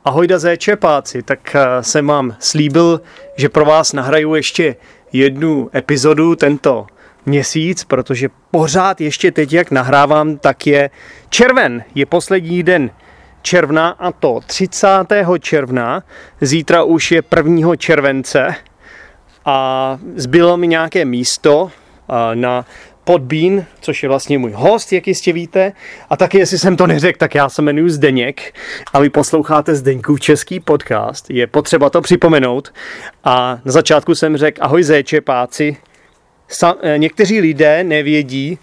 Ahojda zéčepáci, tak jsem vám slíbil, že pro vás nahraju ještě jednu epizodu tento měsíc, protože pořád ještě teď, jak nahrávám, tak je červen. Je poslední den června a to 30. června. Zítra už je 1. července a zbylo mi nějaké místo na Podbean, což je vlastně můj host, jak jistě víte. A taky, jestli jsem to neřekl, tak já se jmenuji Zdeněk a vy posloucháte Zdeňkův český podcast. Je potřeba to připomenout. A na začátku jsem řekl, ahoj zéčepáci. Někteří lidé nevědí,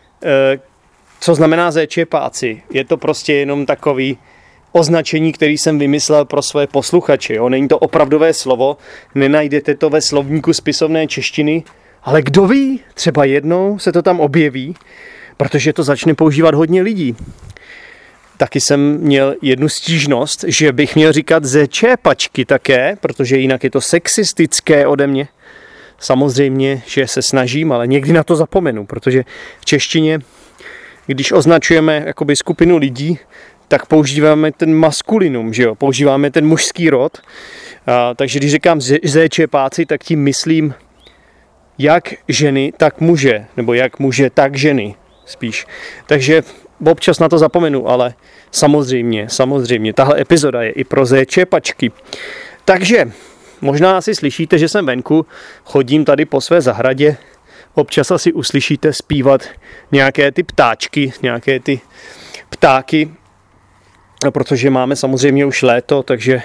co znamená zéčepáci. Je to prostě jenom takový označení, který jsem vymyslel pro svoje posluchače. Jo? Není to opravdové slovo, nenajdete to ve slovníku spisovné češtiny, ale kdo ví, třeba jednou se to tam objeví, protože to začne používat hodně lidí. Taky jsem měl jednu stížnost, že bych měl říkat zéčepačky také, protože jinak je to sexistické ode mě. Samozřejmě, že se snažím, ale někdy na to zapomenu, protože v češtině, když označujeme jakoby skupinu lidí, tak používáme ten maskulinum, že jo? Používáme ten mužský rod. Takže když říkám zéčepáci, tak tím myslím jak ženy, tak muže, nebo jak muže, tak ženy spíš. Takže občas na to zapomenu, ale samozřejmě, tahle epizoda je i pro zéčepačky. Takže možná asi slyšíte, že jsem venku, chodím tady po své zahradě, občas asi uslyšíte zpívat nějaké ty ptáčky, nějaké ty ptáky, protože máme samozřejmě už léto, takže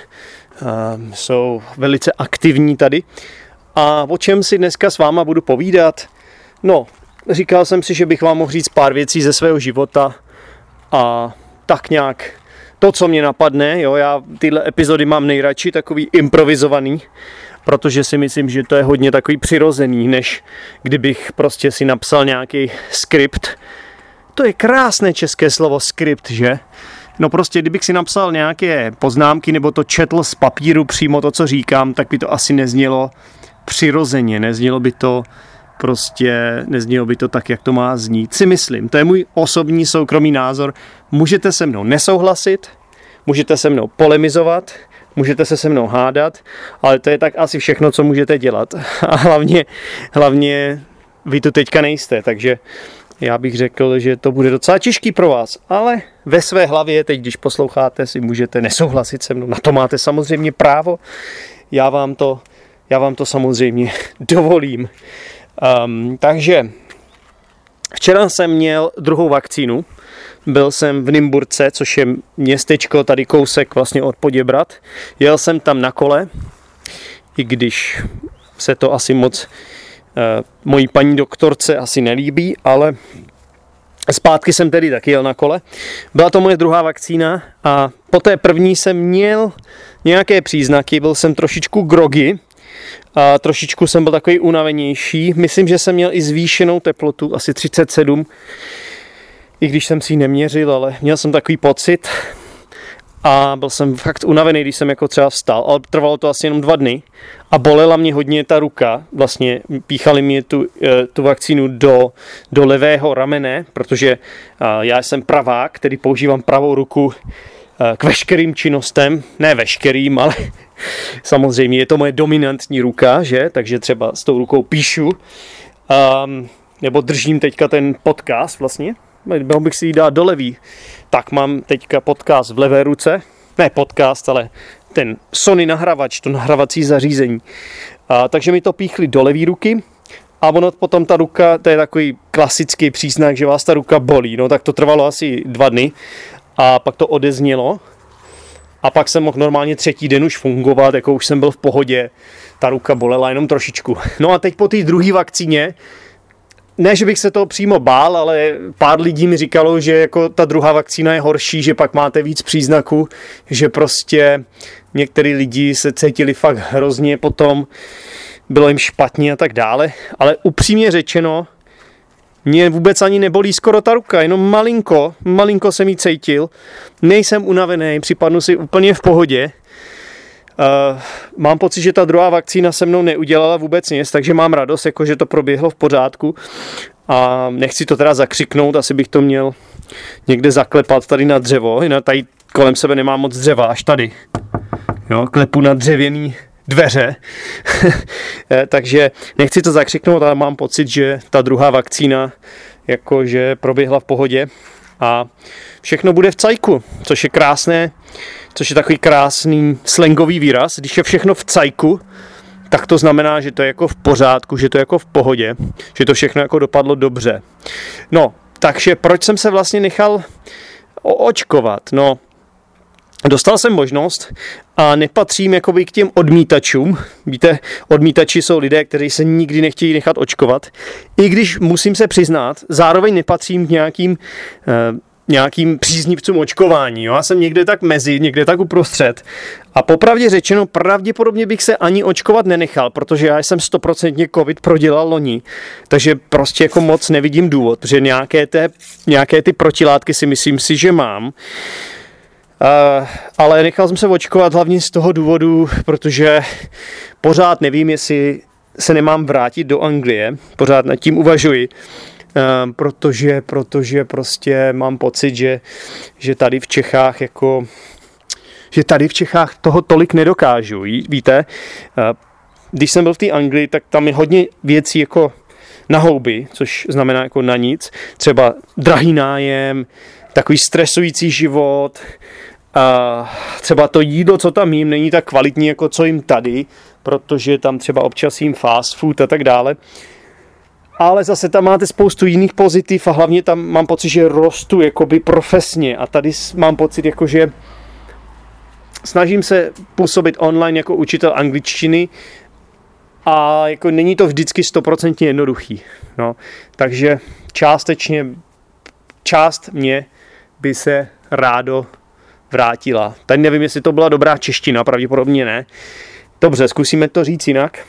jsou velice aktivní tady. A o čem si dneska s váma budu povídat? No, říkal jsem si, že bych vám mohl říct pár věcí ze svého života a tak nějak to, co mě napadne. Jo, já tyhle epizody mám nejradši takový improvizovaný, protože si myslím, že to je hodně takový přirozený, než kdybych prostě si napsal nějaký skript. To je krásné české slovo skript, že? No prostě, kdybych si napsal nějaké poznámky nebo to četl z papíru přímo to, co říkám, tak by to asi neznělo přirozeně, neznělo by to tak, jak to má znít. Si myslím, to je můj osobní soukromý názor. Můžete se mnou nesouhlasit, můžete se mnou polemizovat, můžete se mnou hádat, ale to je tak asi všechno, co můžete dělat. A hlavně vy tu teďka nejste, takže já bych řekl, že to bude docela těžký pro vás, ale ve své hlavě teď, když posloucháte, si můžete nesouhlasit se mnou. Na to máte samozřejmě právo. Já vám to samozřejmě dovolím. Takže včera jsem měl druhou vakcínu. Byl jsem v Nymburce, což je městečko tady kousek vlastně od Poděbrad. Jel jsem tam na kole, i když se to asi moc mojí paní doktorce asi nelíbí, ale zpátky jsem tedy taky jel na kole. Byla to moje druhá vakcína a po té první jsem měl nějaké příznaky, byl jsem trošičku groggy a trošičku jsem byl takový unavenější. Myslím, že jsem měl i zvýšenou teplotu, asi 37, i když jsem si ji neměřil, ale měl jsem takový pocit a byl jsem fakt unavený, když jsem jako třeba vstal, ale trvalo to asi jenom 2 dny a bolela mě hodně ta ruka, vlastně píchali mě tu vakcínu do levého ramene, protože já jsem pravák, který používám pravou ruku k veškerým činnostem, ne veškerým, ale samozřejmě je to moje dominantní ruka, že? Takže třeba s tou rukou píšu, nebo držím teďka ten podcast vlastně, mohl bych si ji dát do levý. Tak mám teďka podcast v levé ruce, ne podcast, ale ten Sony nahrávač, to nahrávací zařízení. Takže mi to píchli do levý ruky a ono potom ta ruka, to je takový klasický příznak, že vás ta ruka bolí. No tak to trvalo asi 2 dny a pak to odeznělo a pak jsem mohl normálně 3. den už fungovat, jako už jsem byl v pohodě, ta ruka bolela jenom trošičku. No a teď po té druhé vakcíně, ne, že bych se toho přímo bál, ale pár lidí mi říkalo, že jako ta druhá vakcína je horší, že pak máte víc příznaků, že prostě některý lidi se cítili fakt hrozně potom, bylo jim špatně a tak dále, ale upřímně řečeno, mě vůbec ani nebolí skoro ta ruka, jenom malinko jsem jí cítil, nejsem unavený, připadnu si úplně v pohodě. Mám pocit, že ta druhá vakcína se mnou neudělala vůbec nic, takže mám radost, jako že to proběhlo v pořádku a nechci to teda zakřiknout, asi bych to měl někde zaklepat tady na dřevo, jinak tady kolem sebe nemám moc dřeva, až tady. Jo, klepu na dřevěný dveře. Takže nechci to zakřiknout, ale mám pocit, že ta druhá vakcína jakože proběhla v pohodě a všechno bude v cajku, což je krásné, což je takový krásný slangový výraz. Když je všechno v cajku, tak to znamená, že to je jako v pořádku, že to je jako v pohodě, že to všechno jako dopadlo dobře. No, takže proč jsem se vlastně nechal oočkovat? No, dostal jsem možnost a nepatřím jakoby k těm odmítačům. Víte, odmítači jsou lidé, kteří se nikdy nechtějí nechat očkovat. I když musím se přiznat, zároveň nepatřím k nějakým příznivcům očkování. Jo? Já jsem někde tak mezi, někde tak uprostřed. A popravdě řečeno, pravděpodobně bych se ani očkovat nenechal, protože já jsem 100% covid prodělal loni. Takže prostě jako moc nevidím důvod, protože nějaké ty protilátky si myslím si, že mám. Ale nechal jsem se očkovat hlavně z toho důvodu, protože pořád nevím, jestli se nemám vrátit do Anglie. Pořád nad tím uvažuji. Protože prostě mám pocit, že tady v Čechách toho tolik nedokážu, víte. Když jsem byl v té Anglii, tak tam je hodně věcí jako na houby, což znamená jako na nic. Třeba drahý nájem, takový stresující život, třeba to jídlo, co tam jím, není tak kvalitní, jako co jim tady, protože tam třeba občas jím fast food a tak dále. Ale zase tam máte spoustu jiných pozitiv a hlavně tam mám pocit, že rostu jakoby profesně a tady mám pocit, jakože snažím se působit online jako učitel angličtiny a jako není to vždycky 100% jednoduchý. No, takže část mě by se rádo vrátila. Tady nevím, jestli to byla dobrá čeština, pravděpodobně ne. Dobře, zkusíme to říct jinak.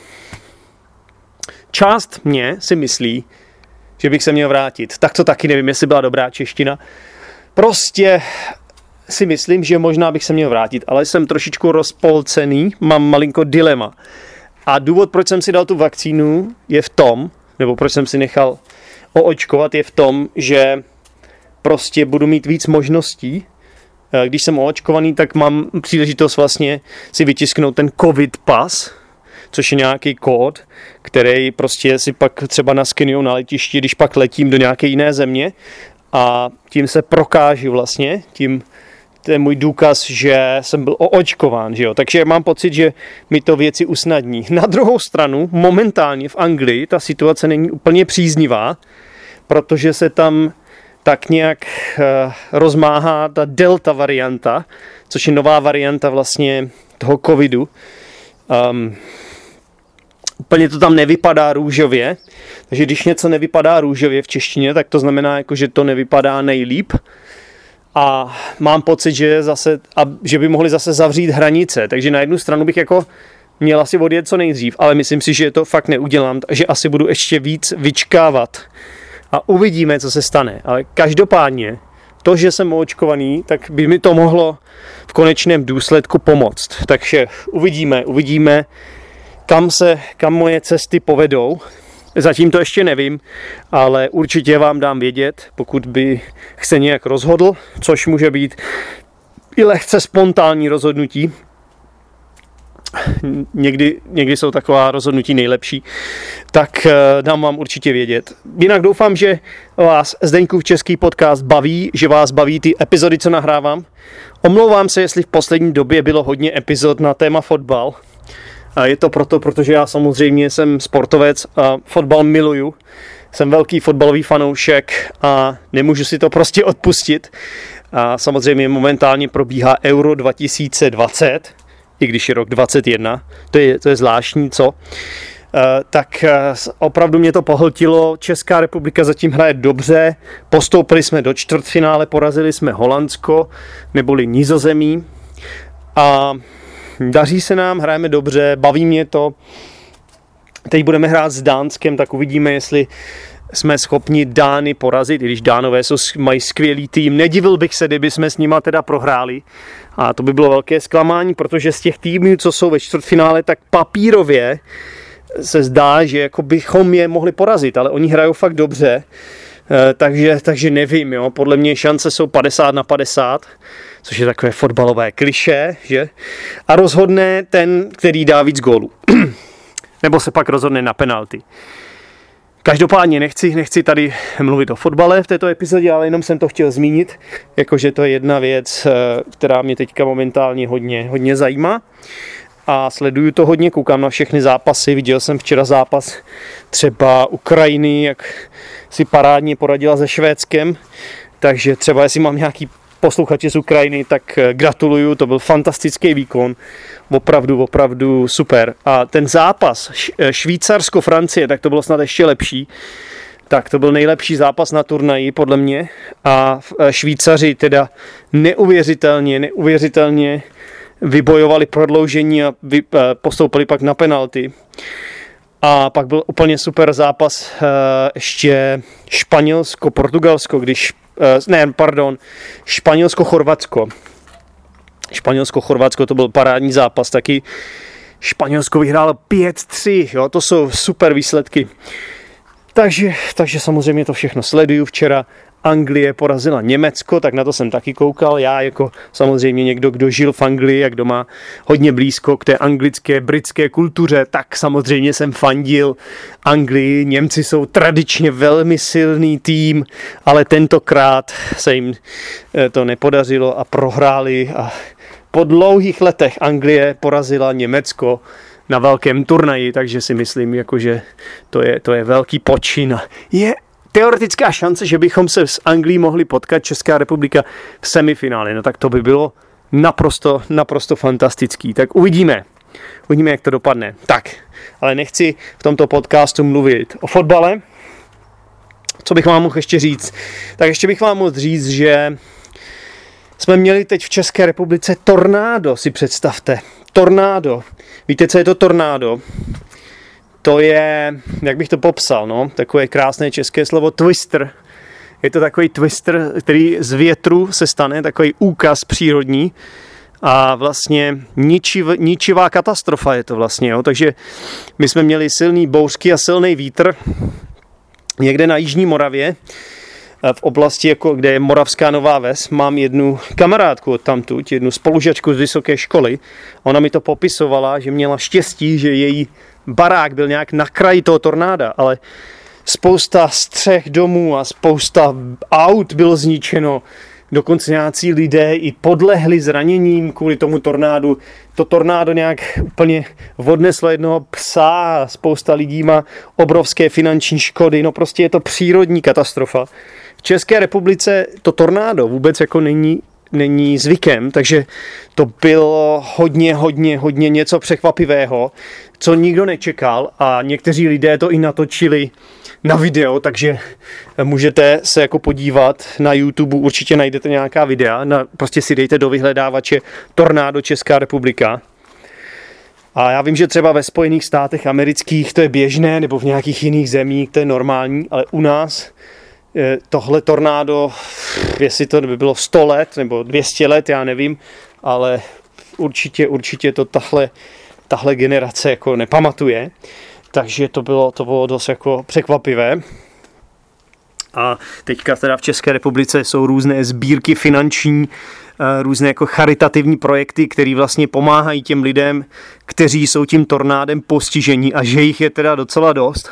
Část mě si myslí, že bych se měl vrátit. Tak to taky nevím, jestli byla dobrá čeština. Prostě si myslím, že možná bych se měl vrátit, ale jsem trošičku rozpolcený, mám malinko dilema. A důvod, proč jsem si dal tu vakcínu, je v tom, nebo proč jsem si nechal oočkovat, je v tom, že prostě budu mít víc možností. Když jsem oočkovaný, tak mám příležitost vlastně si vytisknout ten covid pas, což je nějaký kód, který prostě si pak třeba naskenujou na letišti, když pak letím do nějaké jiné země a tím se prokážu vlastně, to je můj důkaz, že jsem byl oočkován, že jo? Takže mám pocit, že mi to věci usnadní. Na druhou stranu, momentálně v Anglii ta situace není úplně příznivá, protože se tam tak nějak rozmáhá ta delta varianta, což je nová varianta vlastně toho covidu. Úplně to tam nevypadá růžově, takže když něco nevypadá růžově v češtině, tak to znamená, jako, že to nevypadá nejlíp. A mám pocit, že by mohli zase zavřít hranice, takže na jednu stranu bych jako měl asi odjet co nejdřív, ale myslím si, že to fakt neudělám, takže asi budu ještě víc vyčkávat a uvidíme, co se stane. Ale každopádně to, že jsem oočkovaný, tak by mi to mohlo v konečném důsledku pomoct. Takže uvidíme, kam moje cesty povedou. Zatím to ještě nevím, ale určitě vám dám vědět, pokud by se nějak rozhodl, což může být i lehce spontánní rozhodnutí. Někdy jsou taková rozhodnutí nejlepší, tak dám vám určitě vědět. Jinak doufám, že vás Zdeňkův český podcast baví, že vás baví ty epizody, co nahrávám. Omlouvám se, jestli v poslední době bylo hodně epizod na téma fotbal. A je to protože já samozřejmě jsem sportovec a fotbal miluju. Jsem velký fotbalový fanoušek a nemůžu si to prostě odpustit. A samozřejmě momentálně probíhá Euro 2020, i když je rok 2021. To je zvláštní, co? Tak opravdu mě to pohltilo. Česká republika zatím hraje dobře. Postoupili jsme do čtvrtfinále, porazili jsme Holandsko, neboli Nizozemí. A daří se nám, hrajeme dobře, baví mě to. Teď budeme hrát s Dánskem, tak uvidíme, jestli jsme schopni Dány porazit, i když Dánové mají skvělý tým. Nedivil bych se, kdyby jsme s nima teda prohráli. A to by bylo velké zklamání, protože z těch týmů, co jsou ve čtvrtfinále, tak papírově se zdá, že jako bychom je mohli porazit, ale oni hrajou fakt dobře. Takže nevím, jo. Podle mě šance jsou 50/50, což je takové fotbalové klišé, že? A rozhodne ten, který dá víc gólů. Nebo se pak rozhodne na penalty. Každopádně nechci tady mluvit o fotbale v této epizodě, ale jenom jsem to chtěl zmínit, jakože to je jedna věc, která mě teďka momentálně hodně zajímá. A sleduju to hodně, koukám na všechny zápasy, viděl jsem včera zápas třeba Ukrajiny, jak si parádně poradila se Švédskem, takže třeba jestli mám nějaký posluchače z Ukrajiny, tak gratuluju, to byl fantastický výkon, opravdu super. A ten zápas Švýcarsko-Francie, tak to bylo snad ještě lepší, tak to byl nejlepší zápas na turnaji podle mě a Švýcaři teda neuvěřitelně vybojovali prodloužení a postoupili pak na penalty. A pak byl úplně super zápas ještě Španělsko-Portugalsko, Španělsko-Chorvatsko. Španělsko-Chorvatsko to byl parádní zápas, taky Španělsko vyhrálo 5-3, jo, to jsou super výsledky. Takže samozřejmě to všechno sleduju. Včera Anglie porazila Německo, tak na to jsem taky koukal. Já jako samozřejmě někdo, kdo žil v Anglii a kdo má hodně blízko k té anglické, britské kultuře, tak samozřejmě jsem fandil Anglii. Němci jsou tradičně velmi silný tým, ale tentokrát se jim to nepodařilo a prohráli. A po dlouhých letech Anglie porazila Německo na velkém turnaji, takže si myslím, jakože to je velký počin. Je teoretická šance, že bychom se s Anglií mohli potkat, Česká republika v semifinále. No tak to by bylo naprosto fantastický. Tak uvidíme, jak to dopadne. Tak, ale nechci v tomto podcastu mluvit o fotbale. Co bych vám mohl ještě říct? Tak ještě bych vám mohl říct, že jsme měli teď v České republice tornádo, si představte. Tornádo. Víte, co je to tornádo? To je, jak bych to popsal, no, takové krásné české slovo twister. Je to takový twister, který z větru se stane, takový úkaz přírodní a vlastně ničivá katastrofa je to vlastně, jo. Takže my jsme měli silný bouřky a silný vítr někde na jižní Moravě, v oblasti, jako, kde je Moravská Nová Ves. Mám jednu kamarádku odtamtud, jednu spolužačku z vysoké školy. Ona mi to popisovala, že měla štěstí, že její barák byl nějak na kraji toho tornáda, ale spousta střech domů a spousta aut bylo zničeno. Dokonce nějací lidé i podlehli zraněním kvůli tomu tornádu. To tornádo nějak úplně odneslo jednoho psa, spousta lidí má obrovské finanční škody. No prostě je to přírodní katastrofa. V České republice to tornádo vůbec jako není zvykem, takže to bylo hodně něco překvapivého, co nikdo nečekal a někteří lidé to i natočili na video, takže můžete se jako podívat na YouTube, určitě najdete nějaká videa, prostě si dejte do vyhledávače tornádo Česká republika. A já vím, že třeba ve Spojených státech amerických to je běžné, nebo v nějakých jiných zemích to je normální, ale u nás tohle tornádo, jestli to by bylo 100 let nebo 200 let, já nevím, ale určitě to tahle generace jako nepamatuje. Takže to bylo dost jako překvapivé. A teďka teda v České republice jsou různé sbírky finanční, různé jako charitativní projekty, které vlastně pomáhají těm lidem, kteří jsou tím tornádem postižení a že jich je teda docela dost.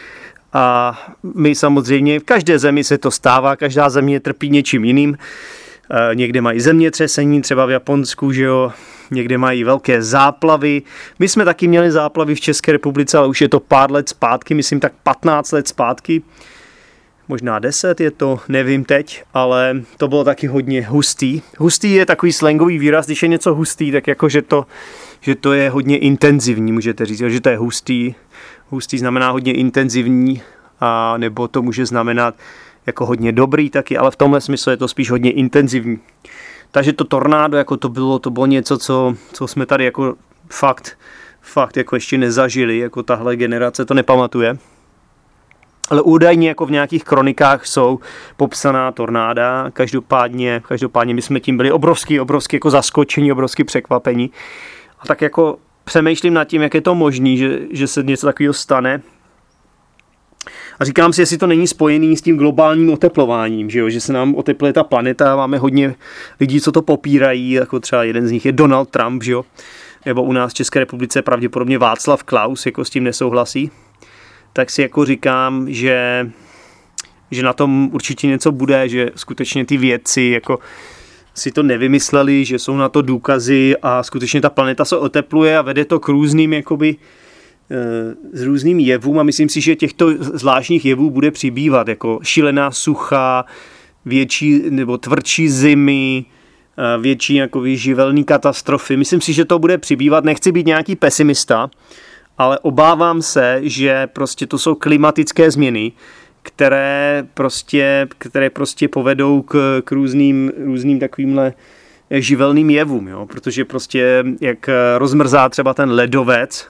A my samozřejmě, v každé zemi se to stává, každá země trpí něčím jiným. Někde mají zemětřesení, třeba v Japonsku, že jo, někde mají velké záplavy. My jsme taky měli záplavy v České republice, ale už je to pár let zpátky, myslím tak 15 let zpátky. Možná 10 je to, nevím teď, ale to bylo taky hodně hustý. Hustý je takový slangový výraz, když je něco hustý, tak jako, že to je hodně intenzivní, můžete říct, že to je hustý. Hustý znamená hodně intenzivní, a nebo to může znamenat jako hodně dobrý taky, ale v tomhle smyslu je to spíš hodně intenzivní. Takže to tornádo, jako to bylo něco, co jsme tady jako fakt jako ještě nezažili, jako tahle generace to nepamatuje. Ale údajně jako v nějakých kronikách jsou popsaná tornáda, každopádně my jsme tím byli obrovský jako zaskočení, obrovský překvapení. A tak jako přemýšlím nad tím, jak je to možný, že se něco takového stane. A říkám si, jestli to není spojený s tím globálním oteplováním, že se nám otepluje ta planeta, máme hodně lidí, co to popírají, jako třeba jeden z nich je Donald Trump, že jo? Nebo u nás v České republice pravděpodobně Václav Klaus jako s tím nesouhlasí. Tak si jako říkám, že na tom určitě něco bude, že skutečně ty vědci jako si to nevymysleli, že jsou na to důkazy a skutečně ta planeta se otepluje a vede to k různým jakoby s různým jevům a myslím si, že těchto zvláštních jevů bude přibývat, jako šílená sucha, větší nebo tvrdší zimy, větší jako živelní katastrofy. Myslím si, že to bude přibývat. Nechci být nějaký pesimista, ale obávám se, že prostě to jsou klimatické změny, které prostě povedou k různým takovýmhle živelným jevům, jo? Protože prostě jak rozmrzá třeba ten ledovec,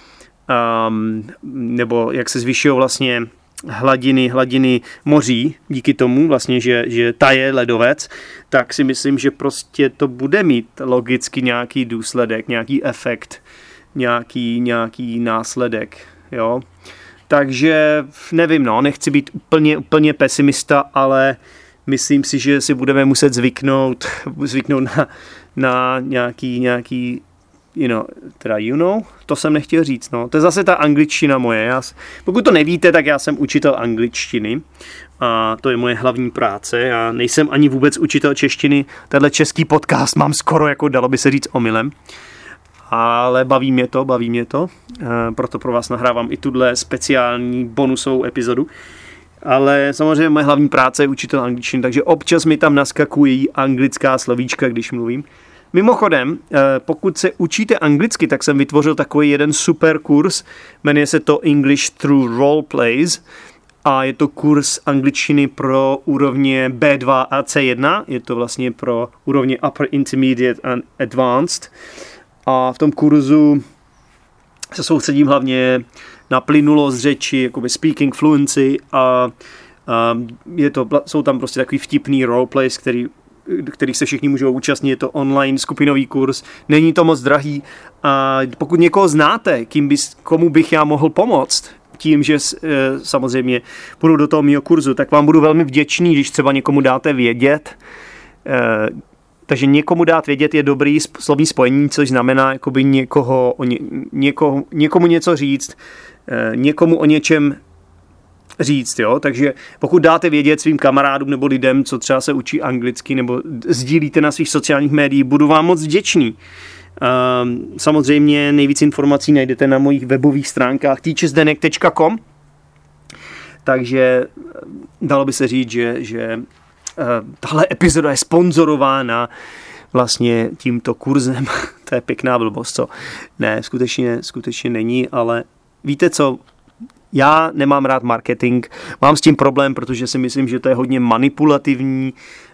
nebo jak se zvyšují vlastně hladiny moří díky tomu vlastně, že taje ledovec, tak si myslím, že prostě to bude mít logicky nějaký důsledek, nějaký efekt, nějaký následek, jo. Takže nevím, nechci být úplně pesimista, ale myslím si, že si budeme muset zvyknout na nějaký to jsem nechtěl říct, To je zase ta angličtina moje. Pokud to nevíte, tak já jsem učitel angličtiny a to je moje hlavní práce. Já nejsem ani vůbec učitel češtiny. Tenhle český podcast mám skoro, jako dalo by se říct, omylem. Ale baví mě to. Proto pro vás nahrávám i tuhle speciální bonusovou epizodu. Ale samozřejmě moje hlavní práce je učitel angličtiny, takže občas mi tam naskakují anglická slovíčka, když mluvím. Mimochodem, pokud se učíte anglicky, tak jsem vytvořil takový jeden super kurz, jmenuje se to English Through Role Plays a je to kurz angličtiny pro úrovně B2 a C1, je to vlastně pro úrovně Upper Intermediate and Advanced a v tom kurzu se soustředím hlavně na plynulost řeči, jakoby speaking fluency a jsou tam prostě takový vtipný roleplays, kterých se všichni můžou účastnit, je to online skupinový kurz, není to moc drahý a pokud někoho znáte, komu bych já mohl pomoct, tím, že samozřejmě půjdu do toho mýho kurzu, tak vám budu velmi vděčný, když třeba někomu dáte vědět. Takže někomu dát vědět je dobrý slovní spojení, což znamená jakoby někomu něco říct, někomu o něčem říct, jo? Takže pokud dáte vědět svým kamarádům nebo lidem, co třeba se učí anglicky nebo sdílíte na svých sociálních médiích, budu vám moc vděčný. Samozřejmě nejvíc informací najdete na mojich webových stránkách teachersdenek.com, takže dalo by se říct, že tahle epizoda je sponzorována vlastně tímto kurzem. To je pěkná blbost, co? Ne, skutečně není, ale víte co? Já nemám rád marketing, mám s tím problém, protože si myslím, že to je hodně manipulativní.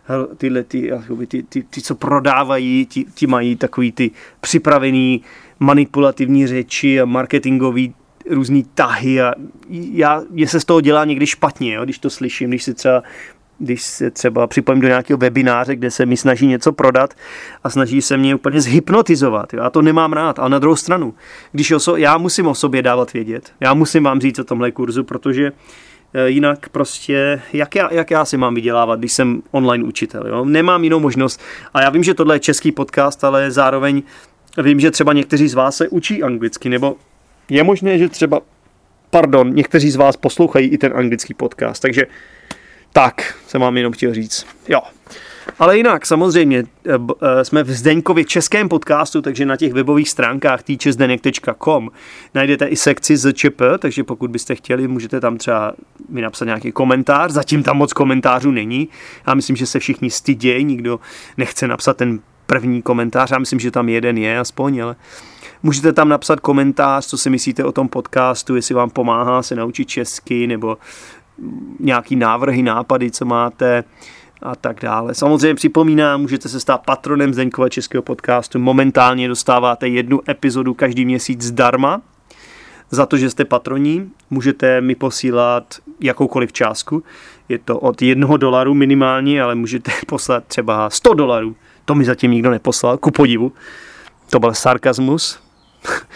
Ty co prodávají, ti mají takový ty připravený manipulativní řeči a marketingový různý tahy a mě se z toho dělá někdy špatně, jo, když to slyším, když se třeba připojím do nějakého webináře, kde se mi snaží něco prodat a snaží se mě úplně zhypnotizovat. Jo? Já to nemám rád, ale na druhou stranu, já musím o sobě dávat vědět, já musím vám říct o tomhle kurzu, protože jinak prostě, jak já si mám vydělávat, když jsem online učitel, jo? Nemám jinou možnost a já vím, že tohle je český podcast, ale zároveň vím, že třeba někteří z vás se učí anglicky, nebo je možné, že třeba, někteří z vás poslouchají i ten anglický podcast, takže tak jsem vám jenom chtěl říct. Jo. Ale jinak, samozřejmě, jsme v Zdeňkově českém podcastu, takže na těch webových stránkách teachersdenek.com najdete i sekci ZČP, takže pokud byste chtěli, můžete tam třeba mi napsat nějaký komentář. Zatím tam moc komentářů není. Já myslím, že se všichni stydějí, nikdo nechce napsat ten první komentář. Já myslím, že tam jeden je aspoň, ale můžete tam napsat komentář, co si myslíte o tom podcastu, jestli vám pomáhá se naučit česky, nebo nějaký návrhy, nápady, co máte a tak dále. Samozřejmě připomínám, můžete se stát patronem Zdeňkova českého podcastu. Momentálně dostáváte 1 epizodu každý měsíc zdarma. Za to, že jste patroní, můžete mi posílat jakoukoliv částku. Je to od $1 minimálně, ale můžete poslat třeba $100. To mi zatím nikdo neposlal, ku podivu. To byl sarkazmus.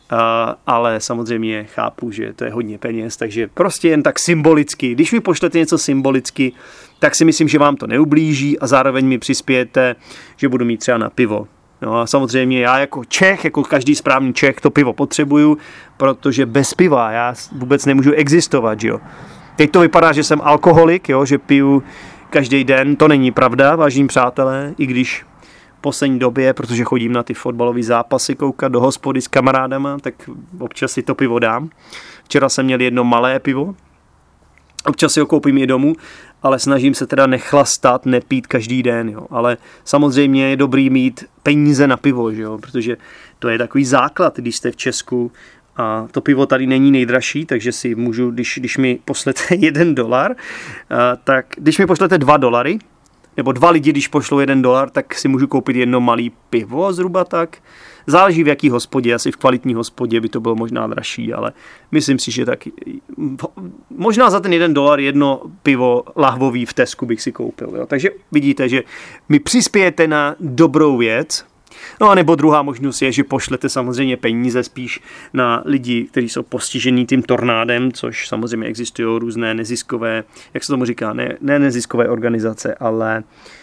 ale samozřejmě chápu, že to je hodně peněz, takže prostě jen tak symbolicky. Když mi pošlete něco symbolicky, tak si myslím, že vám to neublíží a zároveň mi přispějete, že budu mít třeba na pivo. No a samozřejmě já jako Čech, jako každý správný Čech, to pivo potřebuju, protože bez piva já vůbec nemůžu existovat, jo. Teď to vypadá, že jsem alkoholik, jo, že piju každý den, to není pravda, vážení přátelé, i když v poslední době, protože chodím na ty fotbalové zápasy koukat do hospody s kamarádama, tak občas si to pivo dám. Včera jsem měl jedno malé pivo, občas si ho koupím i domů, ale snažím se teda nechlastat, nepít každý den, jo. Ale samozřejmě je dobrý mít peníze na pivo, že jo, protože to je takový základ, když jste v Česku a to pivo tady není nejdražší, takže si můžu, když mi pošlete $1, tak když mi pošlete $2, nebo 2 lidi, když pošlou $1, tak si můžu koupit jedno malý pivo, zhruba tak. Záleží v jaký hospodě, asi v kvalitní hospodě by to bylo možná dražší, ale myslím si, že tak možná za ten $1 jedno pivo lahvový v Tesku bych si koupil. Jo. Takže vidíte, že mi přispějete na dobrou věc. No a nebo druhá možnost je, že pošlete samozřejmě peníze spíš na lidi, kteří jsou postižení tím tornádem, což samozřejmě existují různé neziskové, jak se tomu říká, ne neziskové organizace, ale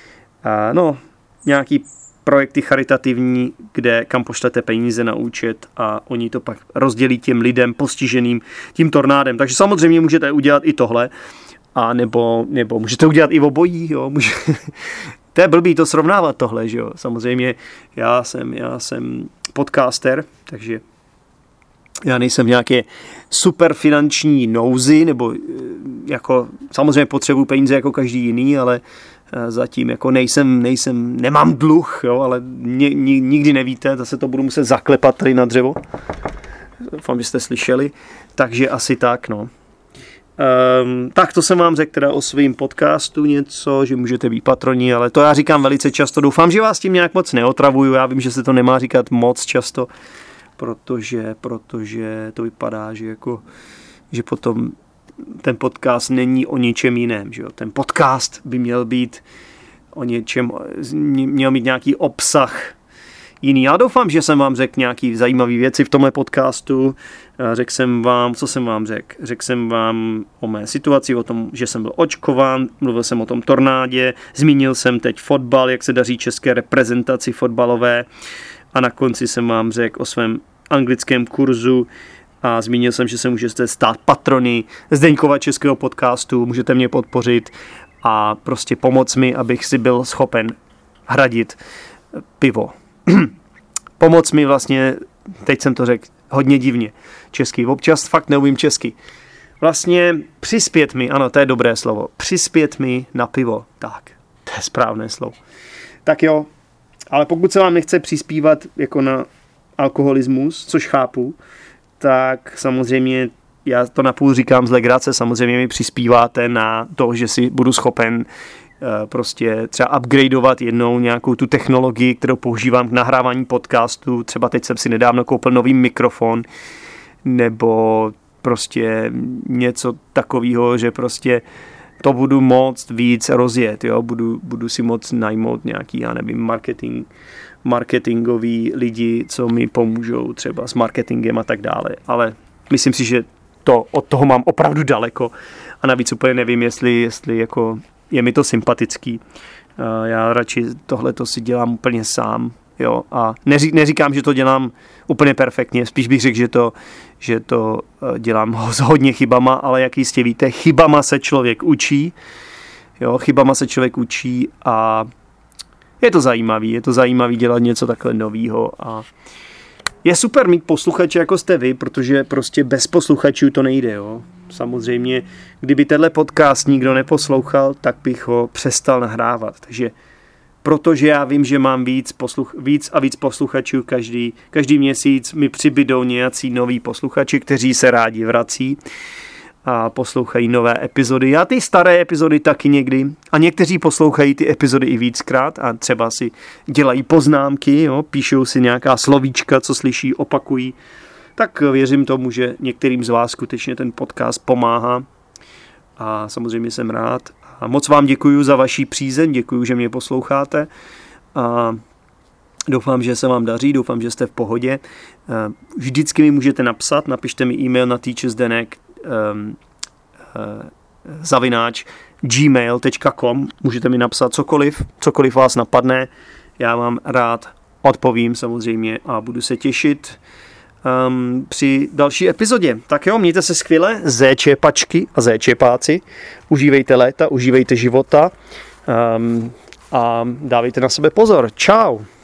nějaký projekty charitativní, kam pošlete peníze na účet a oni to pak rozdělí těm lidem postiženým tím tornádem. Takže samozřejmě můžete udělat i tohle, a nebo můžete udělat i obojí, jo, to je blbý to srovnávat tohle, že jo. Samozřejmě já jsem podcaster, takže já nejsem v nějaké super finanční nouzi, nebo jako samozřejmě potřebuji peníze jako každý jiný, ale zatím jako nemám dluh, jo, ale nikdy nevíte, zase to budu muset zaklepat tady na dřevo. Doufám, že jste slyšeli, takže asi tak, no. Tak to jsem vám řekl teda o svým podcastu něco, že můžete být patroni, ale to já říkám velice často. Doufám, že vás tím nějak moc neotravuju. Já vím, že se to nemá říkat moc často, protože to vypadá, že potom ten podcast není o ničem jiném. Že jo? Ten podcast by měl být o něčem, měl mít nějaký obsah jiný. Já doufám, že jsem vám řekl nějaký zajímavé věci v tomhle podcastu. Řekl jsem vám, co jsem vám řekl. Řekl jsem vám o mé situaci, o tom, že jsem byl očkován, mluvil jsem o tom tornádě, zmínil jsem teď fotbal, jak se daří české reprezentaci fotbalové a na konci jsem vám řekl o svém anglickém kurzu a zmínil jsem, že se můžete stát patrony Zdeňkova českého podcastu, můžete mě podpořit a prostě pomoct mi, abych si byl schopen hradit pivo. Pomoc mi vlastně, teď jsem to řekl hodně divně, česky, občas fakt neumím česky. Vlastně přispět mi, ano, to je dobré slovo, přispět mi na pivo, tak, to je správné slovo. Tak jo, ale pokud se vám nechce přispívat jako na alkoholismus, což chápu, tak samozřejmě já to napůl říkám z legrace, samozřejmě mi přispíváte na to, že si budu schopen prostě třeba upgradeovat jednou nějakou tu technologii, kterou používám k nahrávání podcastu. Třeba teď jsem si nedávno koupil nový mikrofon nebo prostě něco takového, že prostě to budu moct víc rozjet, jo? Budu si moct najmout nějaký, já nevím, marketingový lidi, co mi pomůžou třeba s marketingem a tak dále, ale myslím si, že od toho mám opravdu daleko a navíc úplně nevím, jestli jako je mi to sympatický. Já radši tohleto si dělám úplně sám, jo, a neříkám, že to dělám úplně perfektně, spíš bych řekl, že to dělám s hodně chybama, ale jak jistě víte, chybama se člověk učí, jo, a je to zajímavý dělat něco takhle novýho a je super mít posluchače jako jste vy, protože prostě bez posluchačů to nejde, jo. Samozřejmě, kdyby tenhle podcast nikdo neposlouchal, tak bych ho přestal nahrávat. Takže protože já vím, že mám víc a víc posluchačů každý měsíc mi přibydou nějací noví posluchači, kteří se rádi vrací a poslouchají nové epizody. Já ty staré epizody taky někdy a někteří poslouchají ty epizody i víckrát a třeba si dělají poznámky, jo, píšou si nějaká slovíčka, co slyší, opakují. Tak věřím tomu, že některým z vás skutečně ten podcast pomáhá a samozřejmě jsem rád. A moc vám děkuju za vaši přízeň, děkuju, že mě posloucháte. A Doufám, že se vám daří, doufám, že jste v pohodě. Vždycky mi můžete napsat, napište mi e-mail na teachersdenek@gmail.com. Můžete mi napsat cokoliv vás napadne. Já vám rád odpovím samozřejmě a budu se těšit při další epizodě. Tak jo, mějte se skvěle, zéčepačky a zéčepáci. Užívejte léta, užívejte života a dávejte na sebe pozor. Čau.